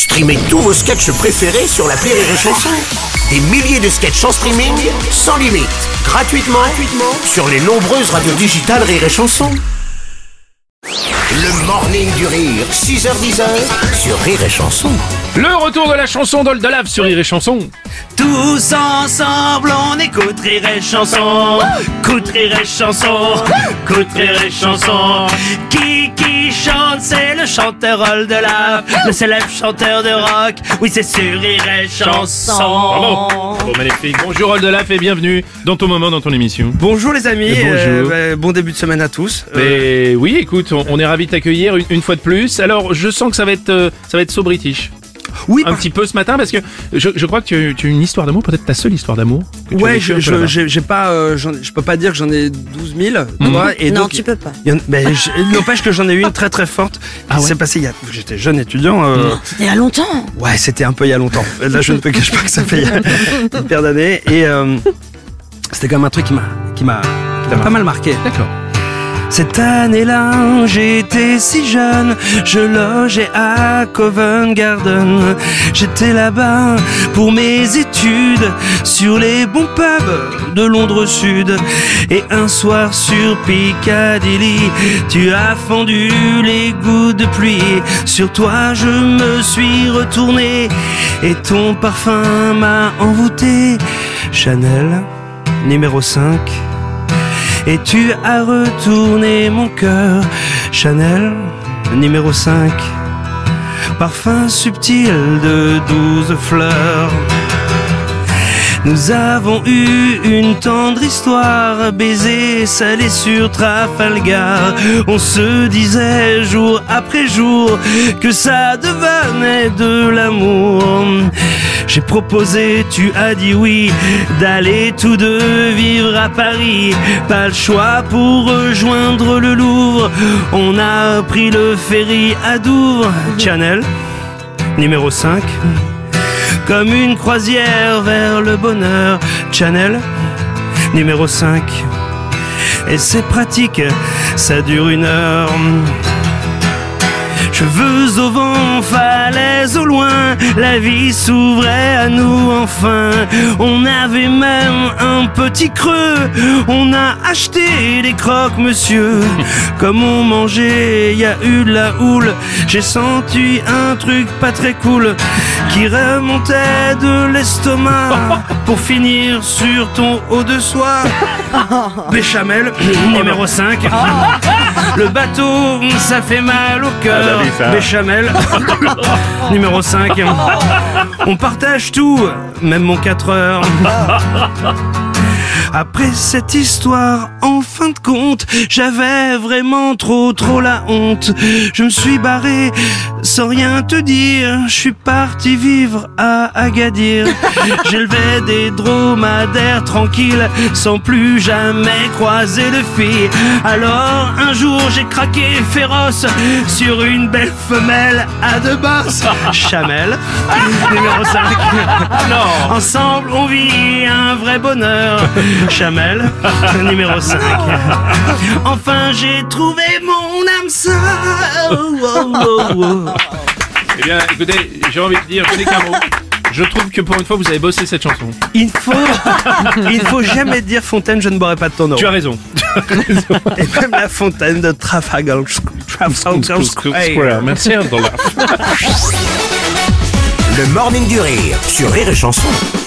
Streamez tous vos sketchs préférés sur l'appli Rire et Chanson. Des milliers de sketchs en streaming, sans limite, gratuitement sur les nombreuses radios digitales Rire et Chanson. Le morning du rire, 6h-10h sur Rire et Chanson. Le retour de la chanson d'Oldalave sur Rire et Chanson. Tous ensemble on écoute Rire et Chanson. Écoute Rire et Chanson. Écoute Rire et Chanson. Qui chante, c'est le chanteur Oldalave, le célèbre chanteur de rock. Oui, c'est sur Rire et Chanson. Bravo. Bon, magnifique. Bonjour Oldalave et bienvenue dans ton moment, dans ton émission. Bonjour les amis, Bonjour. bon début de semaine à tous. Et oui, écoute, on est ravis de t'accueillir une fois de plus. Alors, je sens que ça va être so british. Oui, Un petit peu ce matin parce que je crois que tu as une histoire d'amour, peut-être ta seule histoire d'amour. ouais, j'ai pas, je peux pas dire que j'en ai 12 000, tu vois, et Non, donc, tu peux pas. il n'empêche que j'en ai eu une très très forte. Ah ouais. C'est passé j'étais jeune étudiant. C'était il y a longtemps. Ouais, c'était un peu il y a longtemps. Là, je ne peux cacher pas que ça fait il y a une paire d'années. Et c'était quand même un truc qui m'a pas mal marqué. D'accord. Cette année-là, j'étais si jeune, je logeais à Covent Garden. J'étais là-bas pour mes études, sur les bons pubs de Londres Sud. Et un soir sur Piccadilly, tu as fendu les gouttes de pluie. Sur toi je me suis retourné, et ton parfum m'a envoûté. Chanel, numéro 5. Et tu as retourné mon cœur. Chanel, numéro 5. Parfum subtil de 12 fleurs. Nous avons eu une tendre histoire, baiser salé sur Trafalgar. On se disait jour après jour que ça devenait de l'amour. J'ai proposé, tu as dit oui, d'aller tous deux vivre à Paris. Pas le choix pour rejoindre le Louvre, on a pris le ferry à Douvres. Chanel, numéro 5. Comme une croisière vers le bonheur. Chanel, numéro 5. Et c'est pratique, ça dure 1 heure. Cheveux au vent, falaise au loin, la vie s'ouvrait à nous enfin. On avait même un petit creux, on a acheté des croque-monsieur. Comme on mangeait, y a eu de la houle, j'ai senti un truc pas très cool qui remontait de l'estomac pour finir sur ton haut de soie. Béchamel, numéro 5. Le bateau, ça fait mal au cœur. Béchamel, numéro 5. On partage tout, même mon 4 heures. Après cette histoire, en fin de compte, j'avais vraiment trop la honte. Je me suis barré sans rien te dire. Je suis parti vivre à Agadir. J'élevais des dromadaires tranquilles, sans plus jamais croiser de filles. Alors un jour j'ai craqué féroce sur une belle femelle à 2 bosses. Chamel, numéro 5. Non. Ensemble on vit un vrai bonheur. Chamel, numéro 5. Enfin j'ai trouvé mon âme sœur. Eh bien, écoutez, j'ai envie de dire, je n'ai qu'un mot. Je trouve que pour une fois, vous avez bossé cette chanson. Il faut jamais dire Fontaine, je ne boirai pas de ton eau. Tu as raison. Et même la fontaine de Trafalgar Square. Merci, Oldalave. Le morning du rire sur Rire et Chanson.